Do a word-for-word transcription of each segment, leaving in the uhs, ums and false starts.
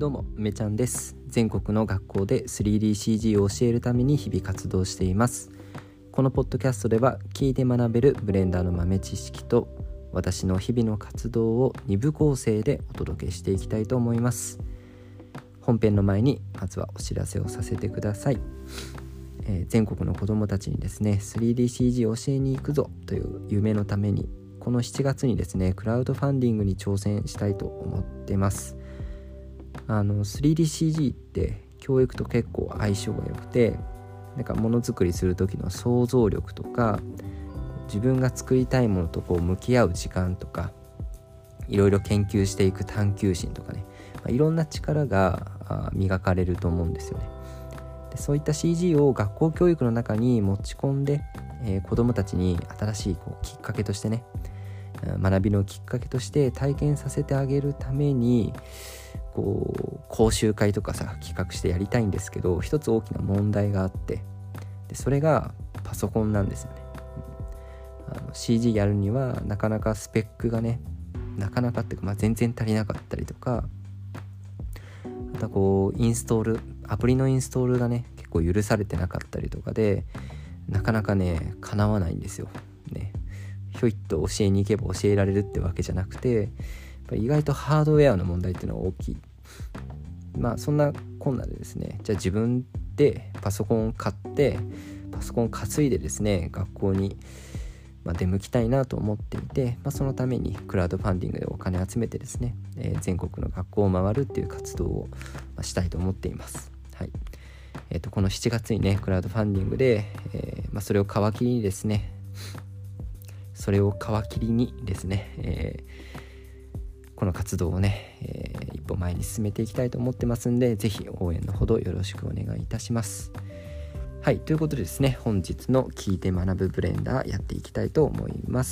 どうもめちゃんです。全国の学校で スリーディーシージー を教えるために日々活動しています。このポッドキャストでは聞いて学べるブレンダーの豆知識と私の日々の活動をに部構成でお届けしていきたいと思います。本編の前にまずはお知らせをさせてください。えー、全国の子どもたちにですね スリーディーシージー を教えに行くぞという夢のためにこのしちがつにですねクラウドファンディングに挑戦したいと思ってます。あの スリーディーシージー って教育と結構相性が良くて、なんかものづくりする時の想像力とか自分が作りたいものとこう向き合う時間とかいろいろ研究していく探求心とかね、まあ、いろんな力が磨かれると思うんですよね。でそういった シージー を学校教育の中に持ち込んで、えー、子どもたちに新しいこうきっかけとしてね学びのきっかけとして体験させてあげるためにこう講習会とかさ企画してやりたいんですけど、一つ大きな問題があって、でそれがパソコンなんですよね。あの シージー やるにはなかなかスペックがねなかなかっていうか、まあ、全然足りなかったりとか、あとこうインストールアプリのインストールがね結構許されてなかったりとかでなかなかね叶わないんですよね。ひょいっと教えに行けば教えられるってわけじゃなくて、やっぱり意外とハードウェアの問題っていうのは大きい。まあそんなこんなでですね、じゃあ自分でパソコンを買ってパソコンを担いでですね学校にまあ出向きたいなと思っていて、まあ、そのためにクラウドファンディングでお金集めてですね、えー、全国の学校を回るっていう活動をしたいと思っています。はい。えーと、このしちがつにねクラウドファンディングで、えーまあ、それを皮切りにですねそれを皮切りにですね、えー、この活動をね、えー、一歩前に進めていきたいと思ってますんで、ぜひ応援のほどよろしくお願いいたします。はい、ということでですね、本日の聞いて学ぶブレンダーやっていきたいと思います。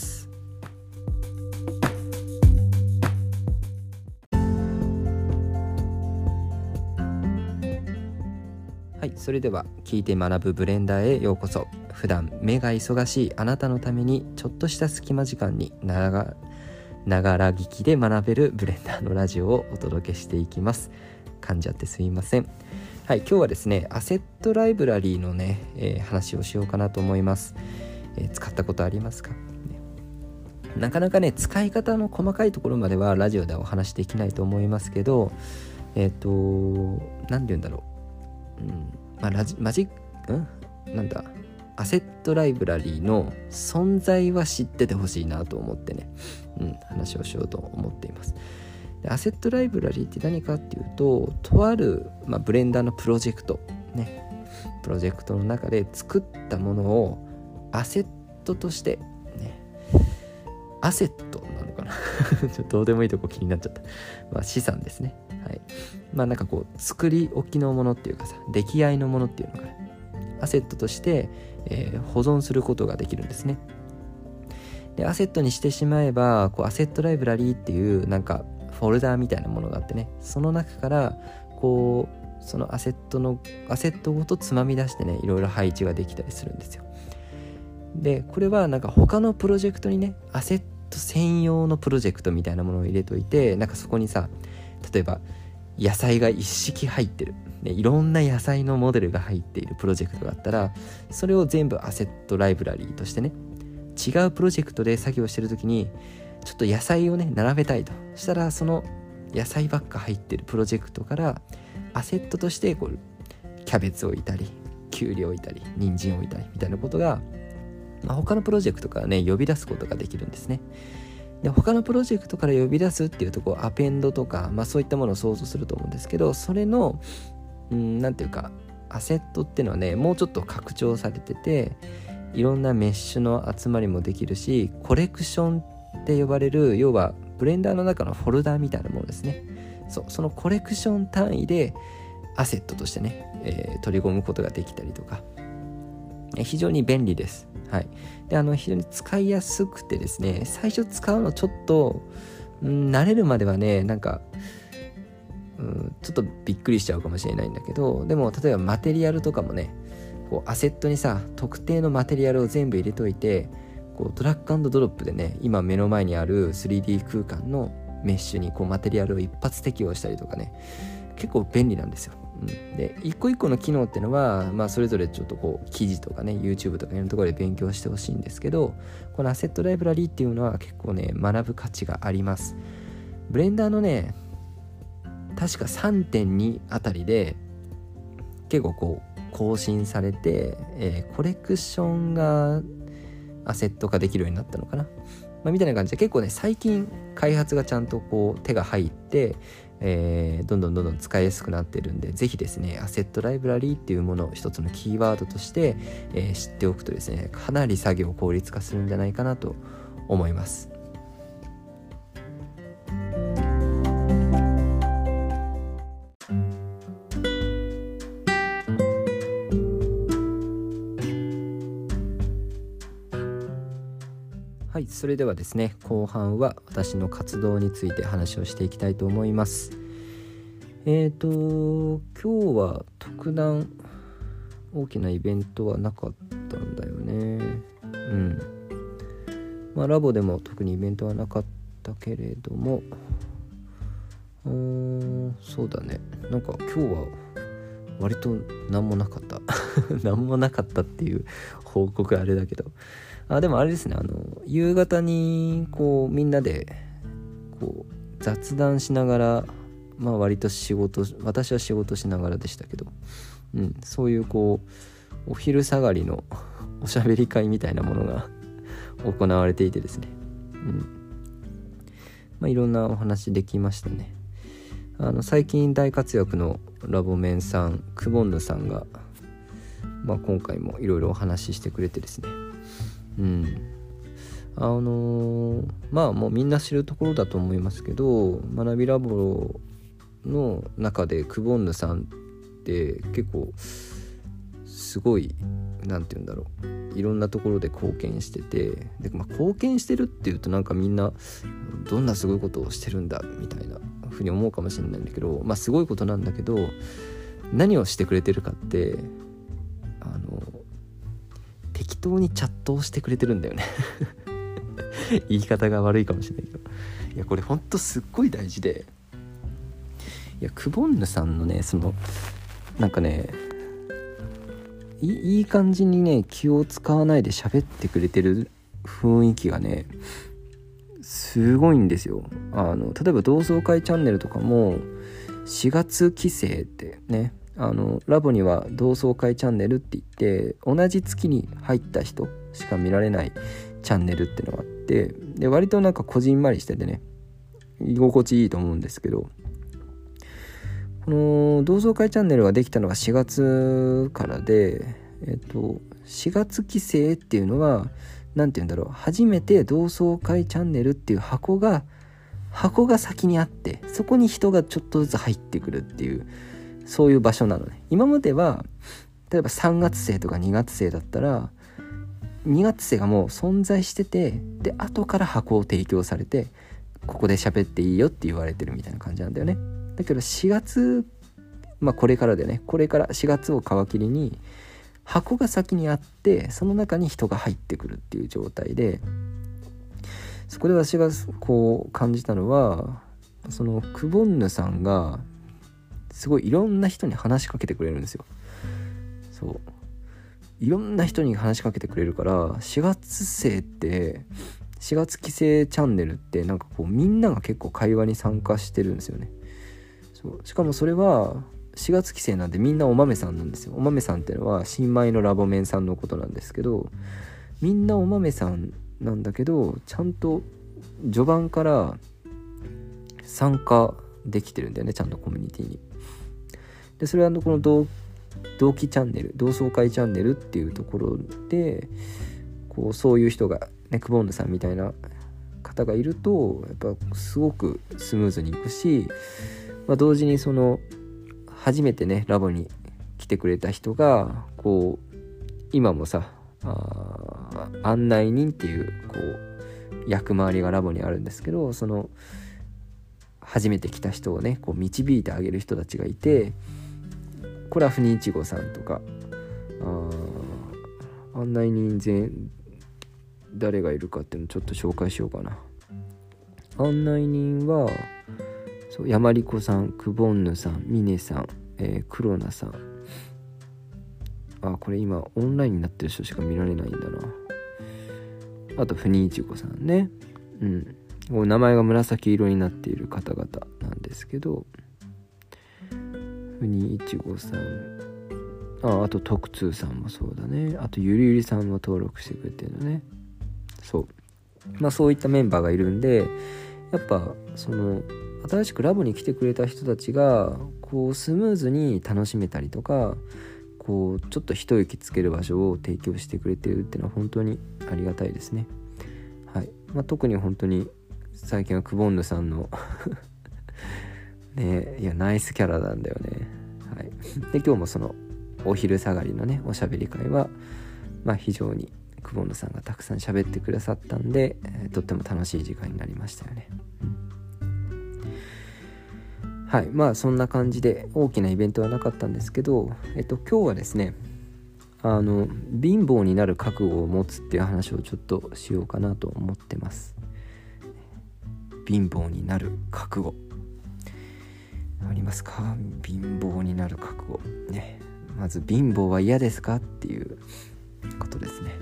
はい、それでは聞いて学ぶブレンダーへようこそ。普段目が忙しいあなたのためにちょっとした隙間時間にながながら聞きで学べるブレンダーのラジオをお届けしていきます。噛んじゃってすいません。はい、今日はですねアセットライブラリーのね、えー、話をしようかなと思います。えー、使ったことありますか、ね、なかなかね使い方の細かいところまではラジオではお話できないと思いますけど、えっ、ー、と何て言うんだろう、うんまあ、ラジマジうんなんだアセットライブラリーの存在は知っててほしいなと思ってね、うん、話をしようと思っています。でアセットライブラリーって何かっていうと、とある、まあ、ブレンダーのプロジェクトねプロジェクトの中で作ったものをアセットとしてねアセットなのかなちょっとどうでもいいとこ気になっちゃった、まあ、資産ですね。はい。まあなんかこう作り置きのものっていうかさ出来合いのものっていうのかなアセットとして、えー、保存することができるんですね。でアセットにしてしまえばこうアセットライブラリーっていうなんかフォルダーみたいなものがあってね、その中からこうそのアセットのアセットごとつまみ出してねいろいろ配置ができたりするんですよ。でこれはなんか他のプロジェクトにねアセット専用のプロジェクトみたいなものを入れといて、なんかそこにさ例えば野菜が一式入ってる、ね、いろんな野菜のモデルが入っているプロジェクトがあったら、それを全部アセットライブラリーとしてね違うプロジェクトで作業してるときにちょっと野菜をね並べたいとしたら、その野菜ばっか入ってるプロジェクトからアセットとしてこうキャベツを置いたりキュウリを置いたり人参を置いたりみたいなことが、まあ、他のプロジェクトからね呼び出すことができるんですね。で他のプロジェクトから呼び出すっていうとこうアペンドとか、まあ、そういったものを想像すると思うんですけど、それのうんなんていうかアセットっていうのはねもうちょっと拡張されてて、いろんなメッシュの集まりもできるし、コレクションって呼ばれる要はブレンダーの中のフォルダーみたいなものですね。そうそのコレクション単位でアセットとしてね、えー、取り込むことができたりとか、えー、非常に便利です。はい。であの非常に使いやすくてですね、最初使うのちょっと、うん、慣れるまではねなんか、うん、ちょっとびっくりしちゃうかもしれないんだけど、でも例えばマテリアルとかもねこうアセットにさ特定のマテリアルを全部入れといてこうドラッグ&ドロップでね今目の前にある スリーディー 空間のメッシュにこうマテリアルを一発適用したりとかね、 結構便利なんですよ。うん、で一個一個の機能っていうのは、まあ、それぞれちょっとこう記事とかね YouTube とかいろんなところで勉強してほしいんですけど、このアセットライブラリーっていうのは結構ね学ぶ価値があります。ブレンダーのね確か さんてんに あたりで結構こう更新されて、えー、コレクションがアセット化できるようになったのかな、まあ、みたいな感じで結構ね最近開発がちゃんとこう手が入って、えー、どんどんどんどん使いやすくなってるんで、ぜひですねアセットライブラリーっていうものを一つのキーワードとして、えー、知っておくとですねかなり作業を効率化するんじゃないかなと思います。はい、それではですね後半は私の活動について話をしていきたいと思います。えーと今日は特段大きなイベントはなかったんだよね。うんまあラボでも特にイベントはなかったけれども、うーんそうだね、なんか今日は割と何もなかった何もなかったっていう報告あれだけど、あでもあれですね、あの夕方にこうみんなでこう雑談しながら、まあ割と仕事私は仕事しながらでしたけど、うん、そういうこうお昼下がりのおしゃべり会みたいなものが行われていてですね、うんまあ、いろんなお話できましたね。あの最近大活躍のラボメンさんクボンヌさんが、まあ、今回もいろいろお話ししてくれてですね、うんあのー、まあもうみんな知るところだと思いますけど、学びラボの中でクボンヌさんって結構すごいなんて言うんだろういろんなところで貢献してて、で、まあ、貢献してるっていうとなんかみんなどんなすごいことをしてるんだみたいなふうに思うかもしれないんだけど、まあすごいことなんだけど、何をしてくれてるかってあの適当にチャットをしてくれてるんだよね言い方が悪いかもしれないけど、いやこれほんとすっごい大事で、いやクボンヌさんのねそのなんかねい い, いい感じにね気を使わないで喋ってくれてる雰囲気がねすごいんですよ。あの例えば同窓会チャンネルとかもしがつ期生ってね、あのラボには同窓会チャンネルって言って同じ月に入った人しか見られないチャンネルっていうのがあって、で割となんかこじんまりしててね居心地いいと思うんですけど、この同窓会チャンネルができたのがしがつからで、えっとしがつ期生っていうのはなんて言うんだろう、初めて同窓会チャンネルっていう箱が箱が先にあって、そこに人がちょっとずつ入ってくるっていう、そういう場所なのね。今までは例えばさんがつ生とかにがつ生だったらにがつ生がもう存在してて、で後から箱を提供されてここで喋っていいよって言われてるみたいな感じなんだよね。だけどしがつ、まあこれからだよね、これからしがつを皮切りに箱が先にあって、その中に人が入ってくるっていう状態で、そこで私がこう感じたのは、そのクボンヌさんがすごいいろんな人に話しかけてくれるんですよ。そういろんな人に話しかけてくれるから、しがつ生ってしがつ期生チャンネルってなんかこうみんなが結構会話に参加してるんですよね。そうしかもそれはしがつ期生なんでみんなお豆さんなんですよ。お豆さんっていうのは新米のラボメンさんのことなんですけど、みんなお豆さんなんだけどちゃんと序盤から参加できてるんだよね、ちゃんとコミュニティに。でそれはこの同同期チャンネル、同窓会チャンネルっていうところでこうそういう人がね、クボンヌさんみたいな方がいるとやっぱすごくスムーズにいくし、まあ、同時にその初めてねラボに来てくれた人がこう今もさあ案内人っていうこう役回りがラボにあるんですけど、その初めて来た人をねこう導いてあげる人たちがいて、これはふにいちごさんとか、あ案内人全誰がいるかっていうのをちょっと紹介しようかな。案内人はそう、山里子さん、くぼんぬさん、みねさん、えー、黒名さん。あ、これ今オンラインになってる人しか見られないんだな。あとふにいちごさんね。うん。こう名前が紫色になっている方々なんですけど、ふにいちごさん、あ、あと徳通さんもそうだね。あとゆりゆりさんも登録してくれてるのね。そう。まあそういったメンバーがいるんで、やっぱその新しくラボに来てくれた人たちがこうスムーズに楽しめたりとか、こうちょっと一息つける場所を提供してくれてるっていうのは本当にありがたいですね。はい。まあ、特に本当に最近はクボンヌさんのね、いやナイスキャラなんだよね。はい。で今日もそのお昼下がりのねおしゃべり会は、まあ、非常にクボンヌさんがたくさん喋ってくださったんで、えー、とっても楽しい時間になりましたよね。うん、はい。まあそんな感じで大きなイベントはなかったんですけど、えっと今日はですね、あの貧乏になる覚悟を持つっていう話をちょっとしようかなと思ってます。貧乏になる覚悟ありますか？貧乏になる覚悟ね。まず貧乏は嫌ですかっていうことですね。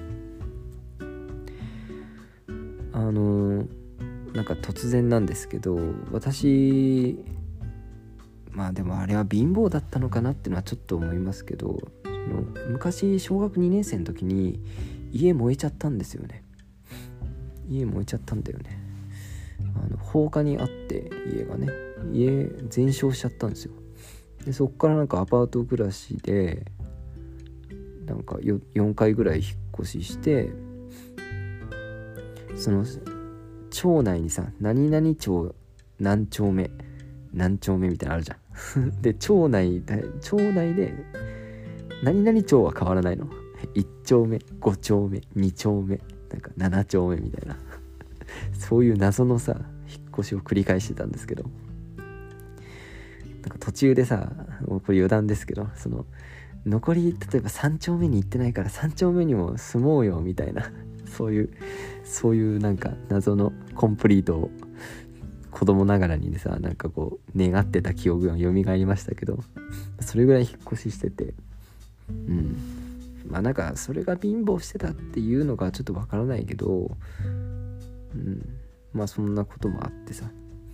あのなんか突然なんですけど、私まあでもあれは貧乏だったのかなっていうのはちょっと思いますけど、その昔小学にねん生の時に家燃えちゃったんですよね。家燃えちゃったんだよね。あの放火にあって家がね、家全焼しちゃったんですよ。でそっからなんかアパート暮らしでなんか よ, よんかいぐらい引っ越しして、その町内にさ、何々町何丁目何丁目みたいなのあるじゃんで町内で町内で何々町は変わらないの。いち丁目、ご丁目、に丁目、なんかなな丁目みたいなそういう謎のさ引っ越しを繰り返してたんですけど、なんか途中でさ、もうこれ余談ですけど、その残り例えばさん丁目に行ってないからさん丁目にも住もうよみたいなそういうそういうなんか謎のコンプリートを子供ながらにさ、なんかこう願ってた記憶が蘇りましたけど、それぐらい引っ越ししてて、うん、まあなんかそれが貧乏してたっていうのがちょっとわからないけど、うん、まあそんなこともあってさ、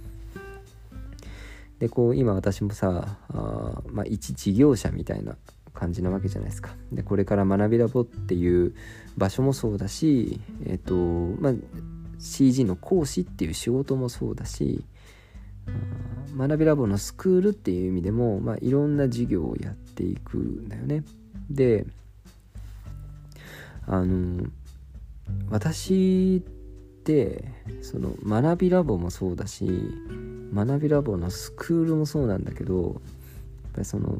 でこう今私もさあ、まあ、一事業者みたいな感じなわけじゃないですか。でこれから学びラボっていう場所もそうだし、えっとまあ シージー の講師っていう仕事もそうだし、学びラボのスクールっていう意味でも、まあ、いろんな授業をやっていくんだよね。であの私ってその学びラボもそうだし、学びラボのスクールもそうなんだけど、やっぱりその、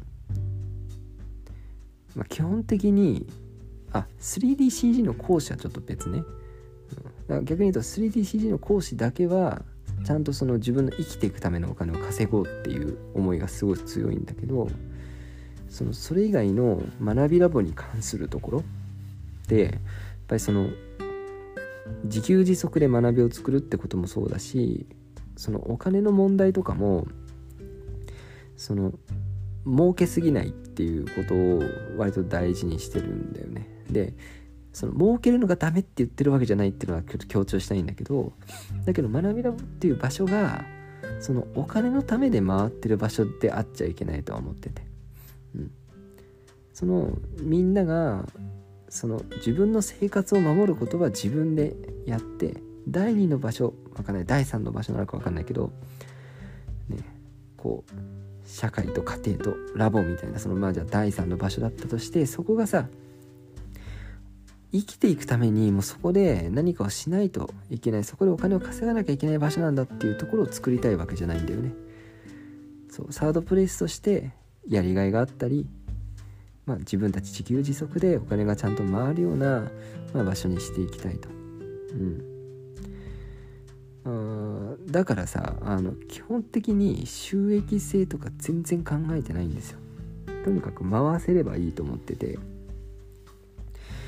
まあ、基本的にあ スリーディーシージー の講師はちょっと別ね。だから逆に言うと スリーディーシージー の講師だけはちゃんとその自分の生きていくためのお金を稼ごうっていう思いがすごい強いんだけど、そのそれ以外の学びラボに関するところでやっぱりその自給自足で学びを作るってこともそうだし、そのお金の問題とかもその儲けすぎないっていうことを割と大事にしてるんだよね。でその儲けるのがダメって言ってるわけじゃないっていうのは強調したいんだけど、だけど学びラボっていう場所がそのお金のためで回ってる場所であっちゃいけないとは思ってて、うん、そのみんながその自分の生活を守ることは自分でやって、第二の場所わかんない、第三の場所なのかわかんないけどね、こう社会と家庭とラボみたいな、そのまあじゃあ第三の場所だったとして、そこがさ生きていくためにもうそこで何かをしないといけない、そこでお金を稼がなきゃいけない場所なんだっていうところを作りたいわけじゃないんだよね。そうサードプレイスとしてやりがいがあったり、まあ、自分たち自給自足でお金がちゃんと回るような、まあ、場所にしていきたいと、うん、あだからさあの基本的に収益性とか全然考えてないんですよ。とにかく回せればいいと思ってて、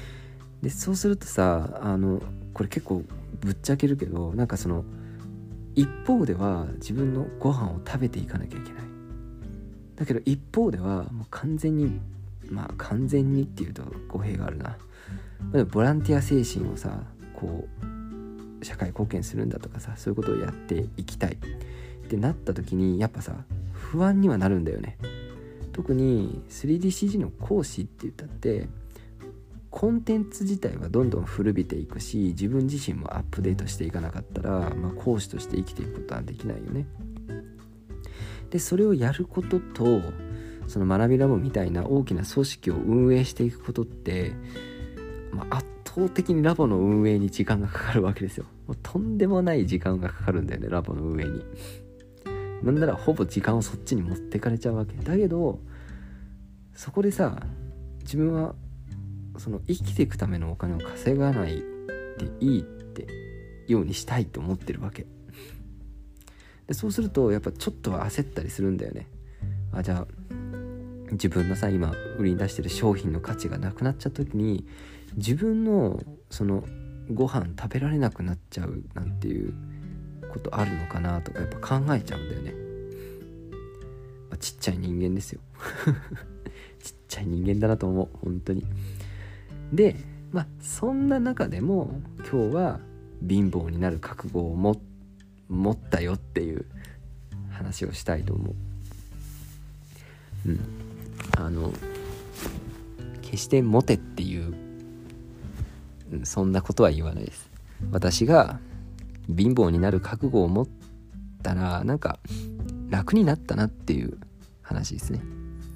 でそうするとさあのこれ結構ぶっちゃけるけど、なんかその一方では自分のご飯を食べていかなきゃいけない。だけど一方ではもう完全にまあ完全にっていうと語弊があるな。でもボランティア精神をさこう社会貢献するんだとかさ、そういうことをやっていきたいってなった時にやっぱさ不安にはなるんだよね。特に スリーディーシージー の講師って言ったってコンテンツ自体はどんどん古びていくし、自分自身もアップデートしていかなかったら、まあ、講師として生きていくことはできないよね。でそれをやることとその学びラボみたいな大きな組織を運営していくことって、まあ、圧倒的にラボの運営に時間がかかるわけですよ。もうとんでもない時間がかかるんだよね、ラボの運営に。なんならほぼ時間をそっちに持ってかれちゃうわけだけど、そこでさ自分はその生きていくためのお金を稼がないでいいってようにしたいと思ってるわけで、そうするとやっぱちょっとは焦ったりするんだよね。あじゃあ自分のさ今売りに出してる商品の価値がなくなっちゃった時に自分のそのご飯食べられなくなっちゃうなんていうことあるのかなとかやっぱ考えちゃうんだよね。まあ、ちっちゃい人間ですよちっちゃい人間だなと思う本当に。でまあそんな中でも今日は貧乏になる覚悟をも持ったよっていう話をしたいと思う。うんあの決してモテっていう、うん、そんなことは言わないです。私が貧乏になる覚悟を持ったらなんか楽になったなっていう話ですね。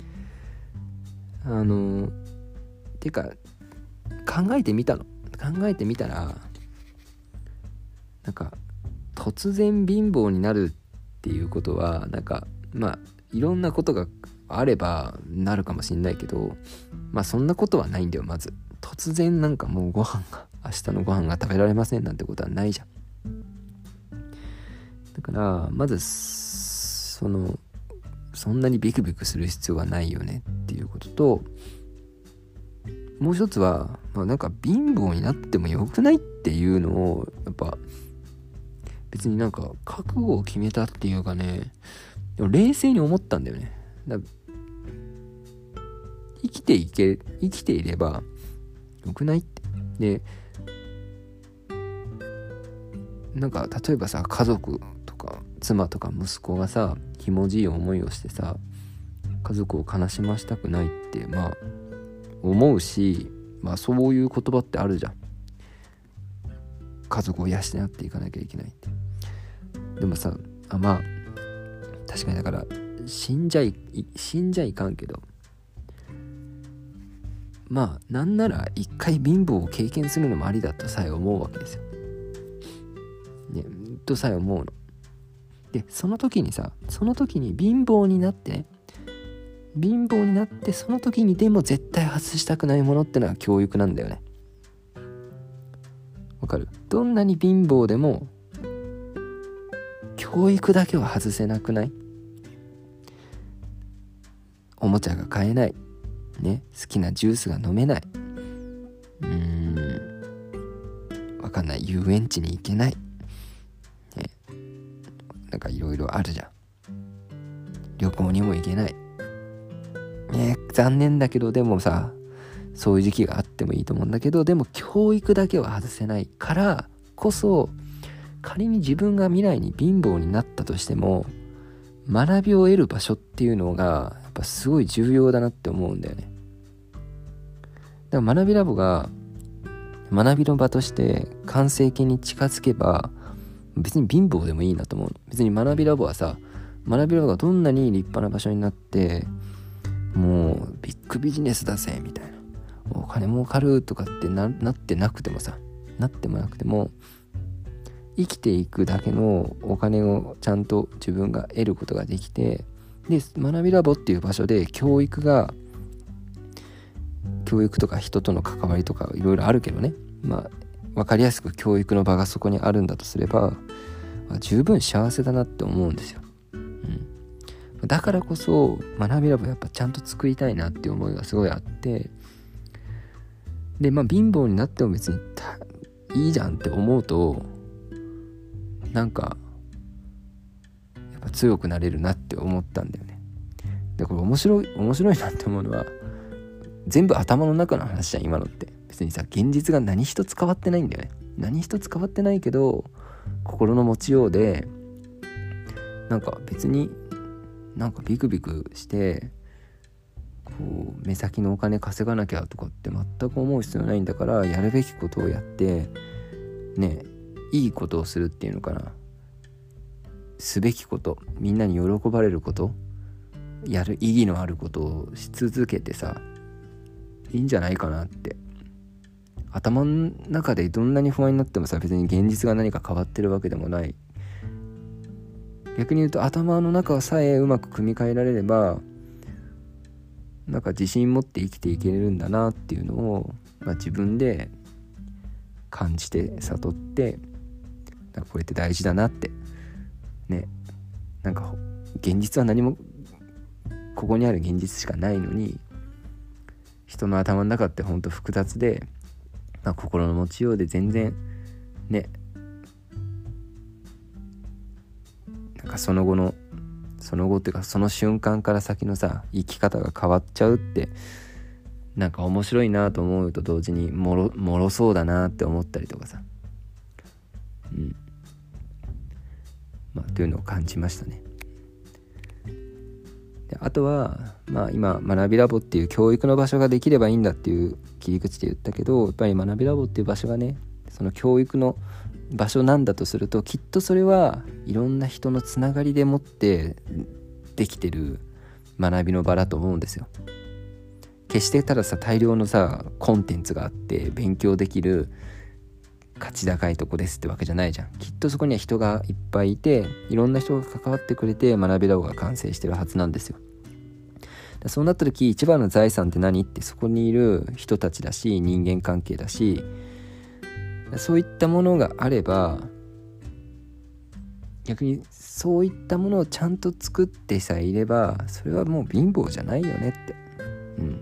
あのてか考えてみたの考えてみたらなんか突然貧乏になるっていうことはなんかまあいろんなことがあればなるかもしれないけど、まあそんなことはないんだよ。まず突然なんかもうご飯が明日のご飯が食べられませんなんてことはないじゃん。だからまずそのそんなにビクビクする必要はないよねっていうことと、もう一つは、まあ、なんか貧乏になってもよくないっていうのをやっぱ別になんか覚悟を決めたっていうかね、でも冷静に思ったんだよね。だ生きていけ生きていればよくないって。でなんか例えばさ家族とか妻とか息子がさひもじい思いをしてさ家族を悲しましたくないってまあ思うし、まあそういう言葉ってあるじゃん。家族を養っていかなきゃいけないって。でもさあまあ確かにだから死んじゃい死んじゃいかんけど、まあなんなら一回貧乏を経験するのもありだとさえ思うわけですよ。ね、とさえ思うの。でその時にさその時に貧乏になってね貧乏になってその時にでも絶対外したくないものってのは教育なんだよね。わかる？どんなに貧乏でも教育だけは外せなくない？おもちゃが買えない、ね、好きなジュースが飲めない、うーんわかんない遊園地に行けない、ね、なんかいろいろあるじゃん。旅行にも行けない、ね、残念だけどでもさそういう時期があってもいいと思うんだけど、でも教育だけは外せないからこそ仮に自分が未来に貧乏になったとしても学びを得る場所っていうのがやっぱすごい重要だなって思うんだよね。だから学びラボが学びの場として完成形に近づけば別に貧乏でもいいなと思う。別に学びラボはさ学びラボがどんなに立派な場所になってもうビッグビジネスだぜみたいなお金儲かるとかって な, なってなくてもさなってもなくても生きていくだけのお金をちゃんと自分が得ることができて、で学びラボっていう場所で教育が教育とか人との関わりとかいろいろあるけどね、まあ分かりやすく教育の場がそこにあるんだとすれば十分幸せだなって思うんですよ、うん、だからこそ学びラボやっぱちゃんと作りたいなっていう思いがすごいあって、でまあ貧乏になっても別にいいじゃんって思うとなんか強くなれるなって思ったんだよね。でこれ面白い面白いなって思うのは、全部頭の中の話じゃん今のって。別にさ現実が何一つ変わってないんだよね。何一つ変わってないけど心の持ちようで、なんか別になんかビクビクしてこう目先のお金稼がなきゃとかって全く思う必要ないんだから、やるべきことをやってね、いいことをするっていうのかな、すべきこと、みんなに喜ばれること、やる意義のあることをし続けてさ、いいんじゃないかなって。頭の中でどんなに不安になってもさ、別に現実が何か変わってるわけでもない。逆に言うと頭の中さえうまく組み替えられれば、なんか自信持って生きていけれるんだなっていうのを、まあ、自分で感じて悟って、なんかこれって大事だなってね。なんか現実は何もここにある現実しかないのに、人の頭の中ってほんと複雑で、まあ、心の持ちようで全然ね、なんかその後のその後っていうかその瞬間から先のさ生き方が変わっちゃうって、なんか面白いなと思うと同時にもろもろそうだなって思ったりとかさ、うんまあというのを感じましたね。であとはまあ今学びラボっていう教育の場所ができればいいんだっていう切り口で言ったけど、やっぱり学びラボっていう場所がね、その教育の場所なんだとすると、きっとそれはいろんな人のつながりでもってできてる学びの場だと思うんですよ。決してたださ大量のさコンテンツがあって勉強できる価値高いとこですってわけじゃないじゃん。きっとそこには人がいっぱいいて、いろんな人が関わってくれて学びラボが完成してるはずなんですよ。そうなった時一番の財産って何って、そこにいる人たちだし、人間関係だし、そういったものがあれば、逆にそういったものをちゃんと作ってさえいれば、それはもう貧乏じゃないよねって、うん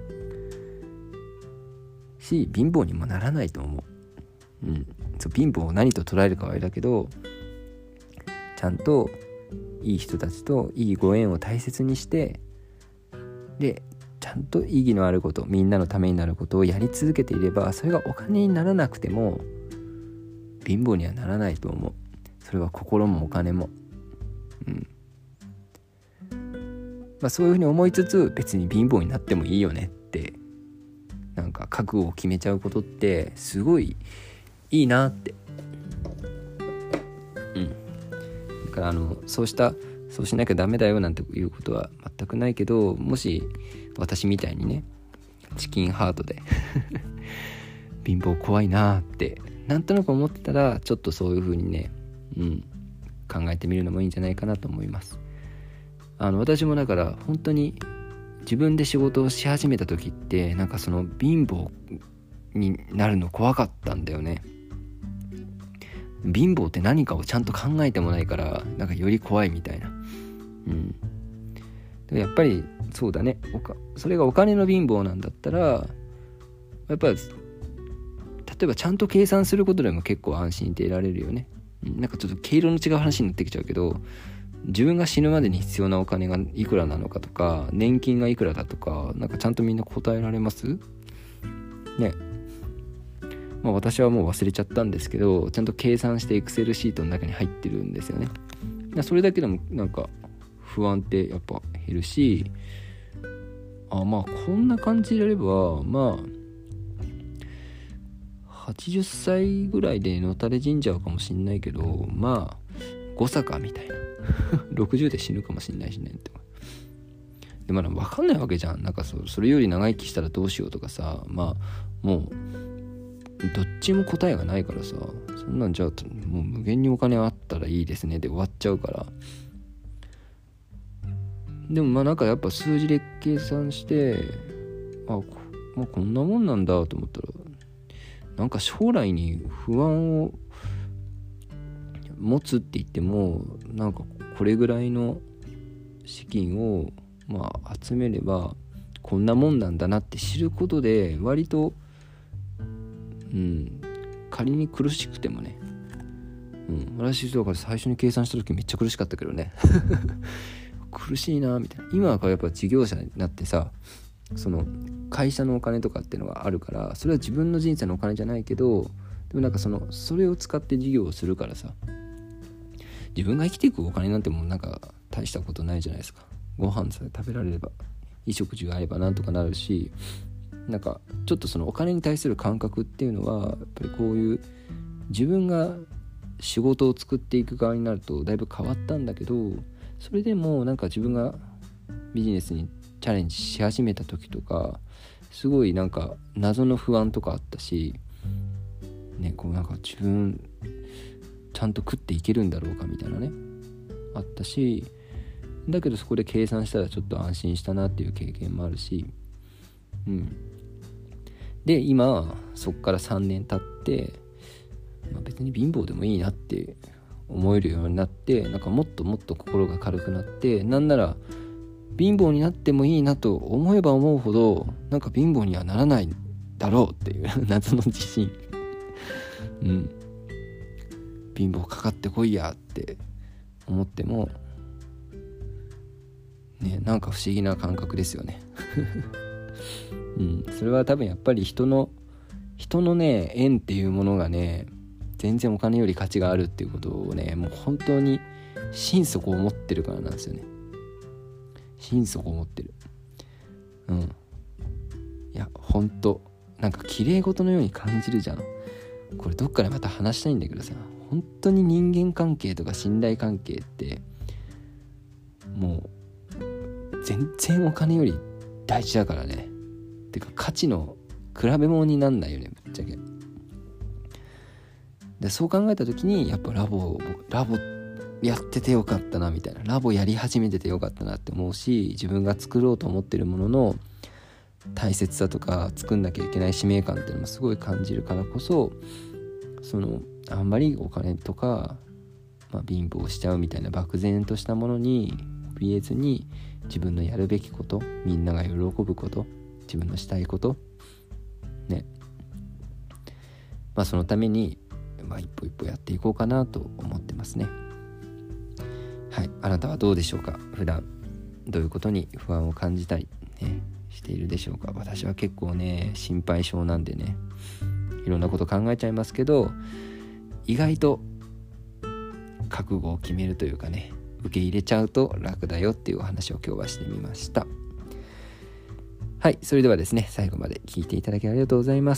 し、貧乏にもならないと思う。うん、そう貧乏を何と捉えるかはあれだけど、ちゃんといい人たちといいご縁を大切にして、でちゃんと意義のあること、みんなのためになることをやり続けていれば、それがお金にならなくても貧乏にはならないと思う。それは心もお金も、うんまあ、そういうふうに思いつつ、別に貧乏になってもいいよねって、なんか覚悟を決めちゃうことってすごいいいなって、うん、だからあのそうしたそうしなきゃダメだよなんていうことは全くないけど、もし私みたいにねチキンハートで貧乏怖いなってなんとなく思ってたら、ちょっとそういう風にね、うん、考えてみるのもいいんじゃないかなと思います。あの私もだから本当に自分で仕事をし始めた時って、なんかその貧乏になるの怖かったんだよね。貧乏って何かをちゃんと考えてもないから、なんかより怖いみたいな、うん、でやっぱりそうだね、おかそれがお金の貧乏なんだったら、やっぱり例えばちゃんと計算することでも結構安心でいられるよね。なんかちょっと毛色の違う話になってきちゃうけど、自分が死ぬまでに必要なお金がいくらなのかとか、年金がいくらだとか、なんかちゃんとみんな答えられますね。まあ私はもう忘れちゃったんですけど、ちゃんと計算して Excel シートの中に入ってるんですよね。それだけでもなんか不安ってやっぱ減るし、あまあこんな感じでやれば、まあはちじゅっさいぐらいでのたれ死んじゃうかもしんないけど、まあ誤差かみたいなろくじゅうで死ぬかもしんないしねって。でまだ分かんないわけじゃん。なんか そ, それより長生きしたらどうしようとかさ、まあもうどっちも答えがないからさ、そんなんじゃあもう無限にお金あったらいいですねで終わっちゃうから。でもまあなんかやっぱ数字で計算して、あ、こ、まあ、こんなもんなんだと思ったら、なんか将来に不安を持つって言っても、なんかこれぐらいの資金をまあ集めればこんなもんなんだなって知ることで、割とうん仮に苦しくてもね、 うん、私だから最初に計算した時めっちゃ苦しかったけどね苦しいなみたいな。今はやっぱ事業者になってさ、その会社のお金とかっていうのがあるから、それは自分の人生のお金じゃないけど、でもなんかそのそれを使って事業をするからさ、自分が生きていくお金なんてもうなんか大したことないじゃないですか。ご飯さえ食べられれば、衣食住があればなんとかなるし、なんかちょっとそのお金に対する感覚っていうのはやっぱりこういう自分が仕事を作っていく側になるとだいぶ変わったんだけど、それでもなんか自分がビジネスにチャレンジし始めた時とかすごいなんか謎の不安とかあったしね、こうなんか自分ちゃんと食っていけるんだろうかみたいなねあったし、だけどそこで計算したらちょっと安心したなっていう経験もあるし、うんで今そっからさんねん経って、まあ、別に貧乏でもいいなって思えるようになって、なんかもっともっと心が軽くなって、なんなら貧乏になってもいいなと思えば思うほどなんか貧乏にはならないだろうっていう謎の自信うん貧乏かかってこいやって思ってもね、なんか不思議な感覚ですよねうん、それは多分やっぱり人の人のね縁っていうものがね全然お金より価値があるっていうことをね、もう本当に心底思ってるからなんですよね。心底思ってる。うん。いや本当なんか綺麗事のように感じるじゃん。これどっかでまた話したいんだけどさ、本当に人間関係とか信頼関係ってもう全然お金より大事だからね。てか価値の比べ物になんないよね、ぶっちゃけ。でそう考えた時にやっぱラボラボやっててよかったなみたいな、ラボやり始めててよかったなって思うし、自分が作ろうと思ってるものの大切さとか作んなきゃいけない使命感っていうのもすごい感じるからこそ、そのあんまりお金とか、まあ、貧乏しちゃうみたいな漠然としたものに怯えずに、自分のやるべきこと、みんなが喜ぶこと、自分のしたいことね、まあそのために、まあ、一歩一歩やっていこうかなと思ってますね。はい、あなたはどうでしょうか。普段どういうことに不安を感じたり、ね、しているでしょうか。私は結構ね心配性なんでね、いろんなこと考えちゃいますけど、意外と覚悟を決めるというかね、受け入れちゃうと楽だよっていうお話を今日はしてみました。はい、それではですね、最後まで聞いていただきありがとうございます。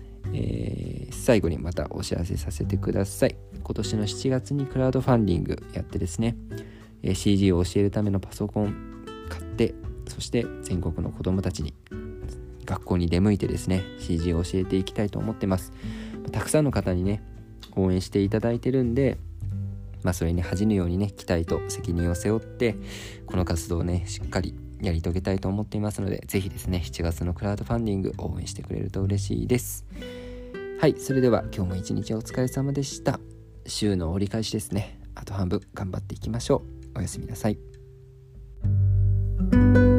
えー、最後にまたお知らせさせてください。今年のしちがつにクラウドファンディングやってですね、えー、シージー を教えるためのパソコン買って、そして全国の子どもたちに学校に出向いてですね シージー を教えていきたいと思ってます。たくさんの方にね応援していただいてるんで、まあそれに恥じぬようにね期待と責任を背負ってこの活動をねしっかりやり遂げたいと思っていますので、ぜひですねしちがつのクラウドファンディング応援してくれると嬉しいです。はい、それでは今日も一日お疲れ様でした。週の折り返しですね。あと半分頑張っていきましょう。おやすみなさい。